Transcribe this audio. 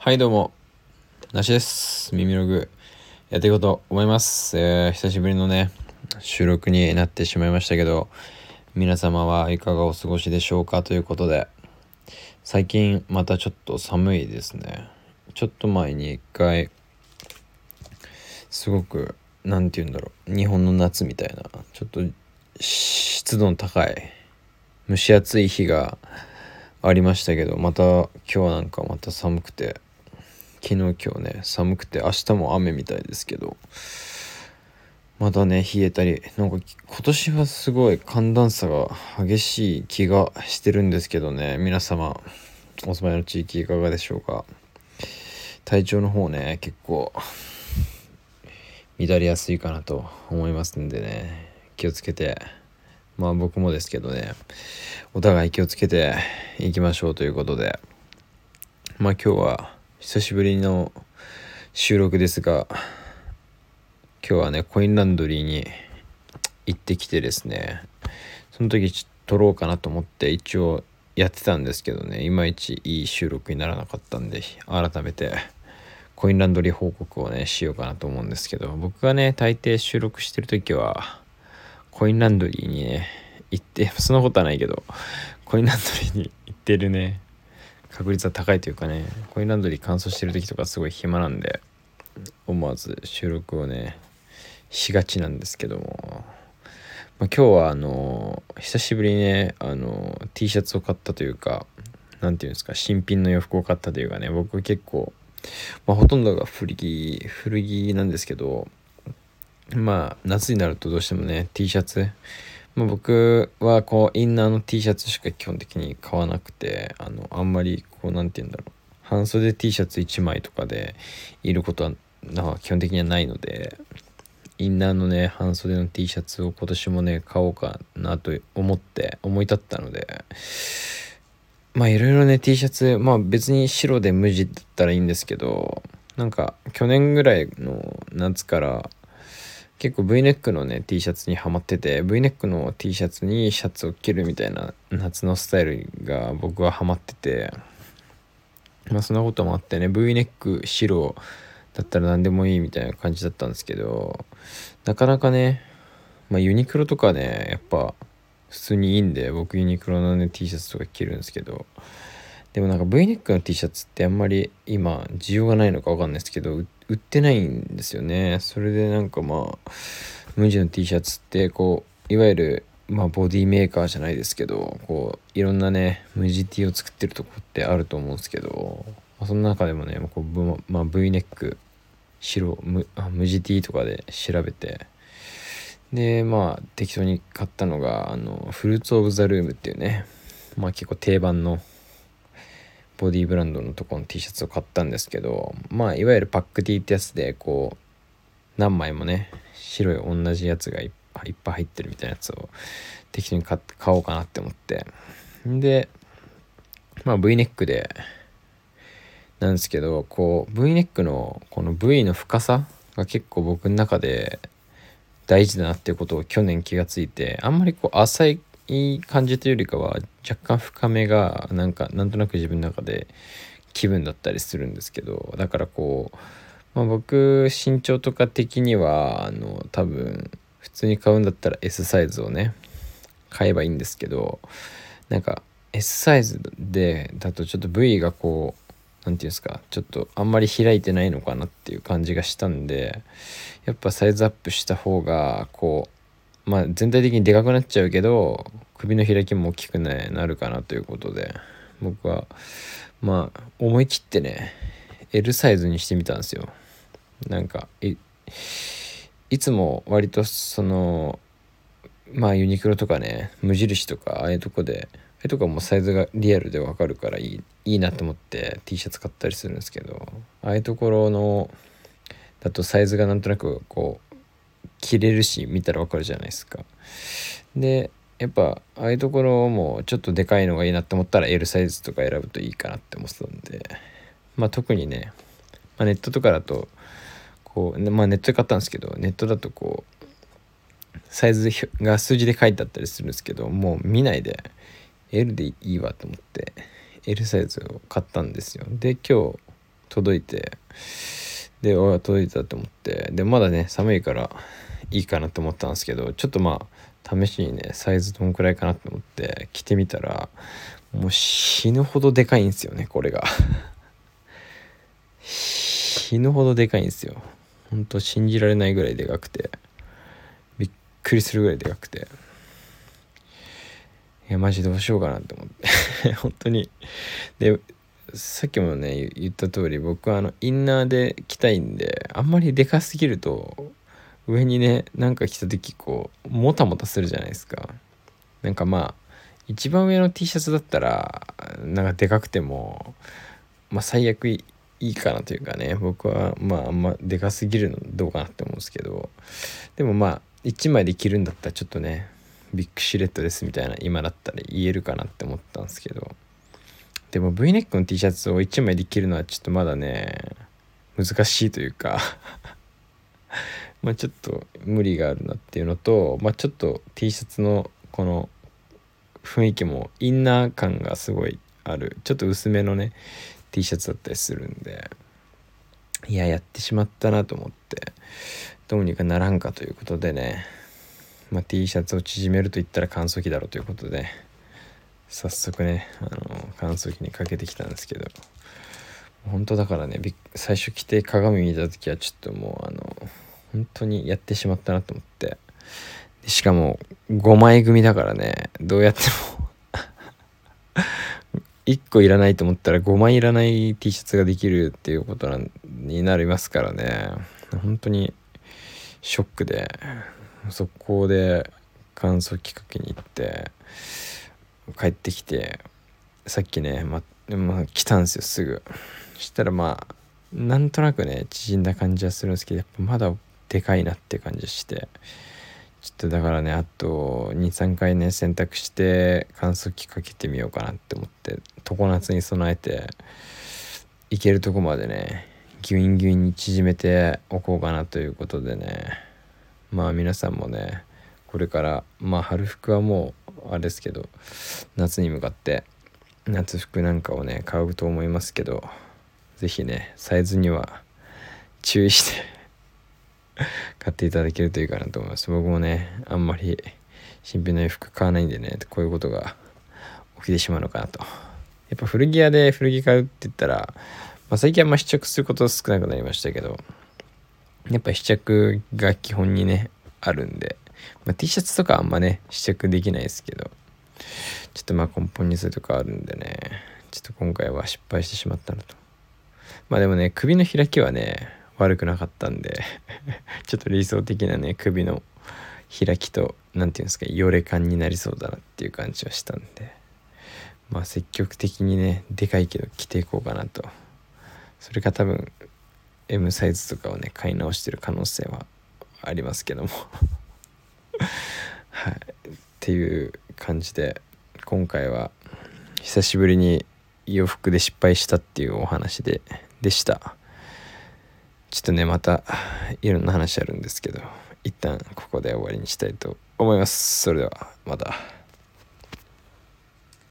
はいどうも、なしです。耳ログやっていこうと思います。久しぶりのね、収録になってしまいましたけど、皆様はいかがお過ごしでしょうかということで、最近またちょっと寒いですね。ちょっと前に一回、すごく、なんて言うんだろう、日本の夏みたいな、ちょっと湿度の高い、蒸し暑い日がありましたけど、また今日はなんかまた寒くて、昨日今日ね寒くて明日も雨みたいですけど、まだね冷えたり、なんか今年はすごい寒暖差が激しい気がしてるんですけどね、皆様お住まいの地域いかがでしょうか。体調の方ね結構乱れやすいかなと思いますんでね、気をつけて、まあ僕もですけどね、お互い気をつけていきましょうということで、まあ今日は久しぶりの収録ですが、今日はねコインランドリーに行ってきてですね、その時撮ろうかなと思って一応やってたんですけどね、いまいちいい収録にならなかったんで、改めてコインランドリー報告をねしようかなと思うんですけど、僕がね大抵収録してる時はコインランドリーにね行って、そんなことはないけどコインランドリーに行ってるね確率は高いというかね、コインランドリー乾燥してる時とかすごい暇なんで思わず収録をねしがちなんですけども、今日は久しぶりにねT シャツを買ったというか、なんていうんですか、新品の洋服を買ったというかね、僕結構、ほとんどが古着なんですけど、夏になるとどうしてもね T シャツ、僕はこうインナーの T シャツしか基本的に買わなくて、あんまりこうなんていうんだろう、半袖 T シャツ1枚とかでいることは基本的にはないので、インナーのね半袖の T シャツを今年もね買おうかなと思い立ったので、いろいろね T シャツ、別に白で無地だったらいいんですけど、なんか去年ぐらいの夏から結構 V ネックのね T シャツにハマってて、 V ネックの T シャツにシャツを着るみたいな夏のスタイルが僕はハマってて、そんなこともあってね、 V ネック白だったら何でもいいみたいな感じだったんですけど、なかなかね、ユニクロとかねやっぱ普通にいいんで、僕ユニクロのね T シャツとか着るんですけど、でもなんか V ネックの T シャツってあんまり今需要がないのかわかんないですけど、売ってないんですよね。それでなんか無地の T シャツってこういわゆるボディメーカーじゃないですけど、こういろんなね無地 T を作ってるとこってあると思うんですけど、その中でもねこう、V ネック白無地 T とかで調べて、で適当に買ったのがフルーツオブザルームっていうね、結構定番のボディブランドのとこの T シャツを買ったんですけど、いわゆるパック T ってやつでこう何枚もね白い同じやつがいっぱい入ってるみたいなやつを適当に買おうかなって思って、でV ネックでなんですけど、こう V ネックのこの V の深さが結構僕の中で大事だなっていうことを去年気がついて、あんまりこう浅い感じというよりかは若干深めがなんとなく自分の中で気分だったりするんですけど、だからこう、僕身長とか的には多分普通に買うんだったら S サイズをね買えばいいんですけど、なんか S サイズだとちょっと V がこうなんていうんですか、ちょっとあんまり開いてないのかなっていう感じがしたんで、やっぱサイズアップした方がこう全体的にでかくなっちゃうけど首の開きも大きくなるかなということで、僕は思い切ってね L サイズにしてみたんですよ。なんかいつも割とそのユニクロとかね無印とかああいうとこもサイズがリアルでわかるからいいなと思って T シャツ買ったりするんですけど、ああいうところのだとサイズがなんとなくこう着れるし見たらわかるじゃないですか。でやっぱああいうところもちょっとでかいのがいいなって思ったら L サイズとか選ぶといいかなって思ってたんで、特にね、ネットとかだとこう、ネットで買ったんですけど、ネットだとこうサイズが数字で書いてあったりするんですけど、もう見ないで L でいいわと思って L サイズを買ったんですよ。で今日届いて、で届いたと思って、でまだね寒いからいいかなと思ったんですけど、ちょっとまあ試しにねサイズどんくらいかなと思って着てみたら、もう死ぬほどでかいんですよね、これが死ぬほどでかいんですよ。ほんと信じられないぐらいでかくて、びっくりするぐらいでかくて、いやマジどうしようかなと思って本当に。でさっきもね言った通り、僕はインナーで着たいんで、あんまりでかすぎると上にねなんか着た時こうもたもたするじゃないですか。なんかまあ一番上の T シャツだったらなんかでかくてもまあ最悪いいかなというかね、僕はまああんまでかすぎるのどうかなって思うんですけど、でもまあ1枚で着るんだったらちょっとねビッグシルエットですみたいな今だったら言えるかなって思ったんですけど、でも V ネックの T シャツを1枚で着るのはちょっとまだね難しいというかまあちょっと無理があるなっていうのと、まあちょっと T シャツのこの雰囲気もインナー感がすごいある、ちょっと薄めのね T シャツだったりするんで、いややってしまったなと思って、どうにかならんかということでね、まあ、T シャツを縮めると言ったら乾燥機だろうということで、早速ね乾燥機にかけてきたんですけど、本当だからね最初着て鏡見た時はちょっともう本当にやってしまったなと思って、しかも5枚組だからね、どうやっても1個いらないと思ったら5枚いらない T シャツができるっていうことになりますからね、本当にショックで、速攻で乾燥機かけに行って帰ってきて、さっきね来たんですよすぐ。そしたらまあなんとなくね縮んだ感じはするんですけど、やっぱまだでかいなって感じして、ちょっとだからねあと 2,3 回ね洗濯して乾燥機かけてみようかなって思って、常夏に備えていけるとこまでねギュインギュインに縮めておこうかなということでね、まあ皆さんもねこれからまあ春服はもうあれですけど、夏に向かって夏服なんかをね買うと思いますけど、是非ねサイズには注意して買っていただけるといいかなと思います。僕もねあんまり新品の洋服買わないんでね、こういうことが起きてしまうのかなと。やっぱ古着屋で古着買うって言ったら、まあ、最近あんま試着すること少なくなりましたけど、やっぱ試着が基本にねあるんで、まあ、T シャツとかあんまね試着できないですけど、ちょっとまあ根本にそういうとこあるんでね、ちょっと今回は失敗してしまったなと。まあでもね首の開きはね悪くなかったんでちょっと理想的なね首の開きとなんていうんですかよれ感になりそうだなっていう感じはしたんで、まあ積極的にねでかいけど着ていこうかなと。それか多分 M サイズとかをね買い直してる可能性はありますけどもはいっていう感じで、今回は久しぶりに洋服で失敗したっていうお話でした。ちょっとねまたいろんな話あるんですけど、一旦ここで終わりにしたいと思います。それではまた。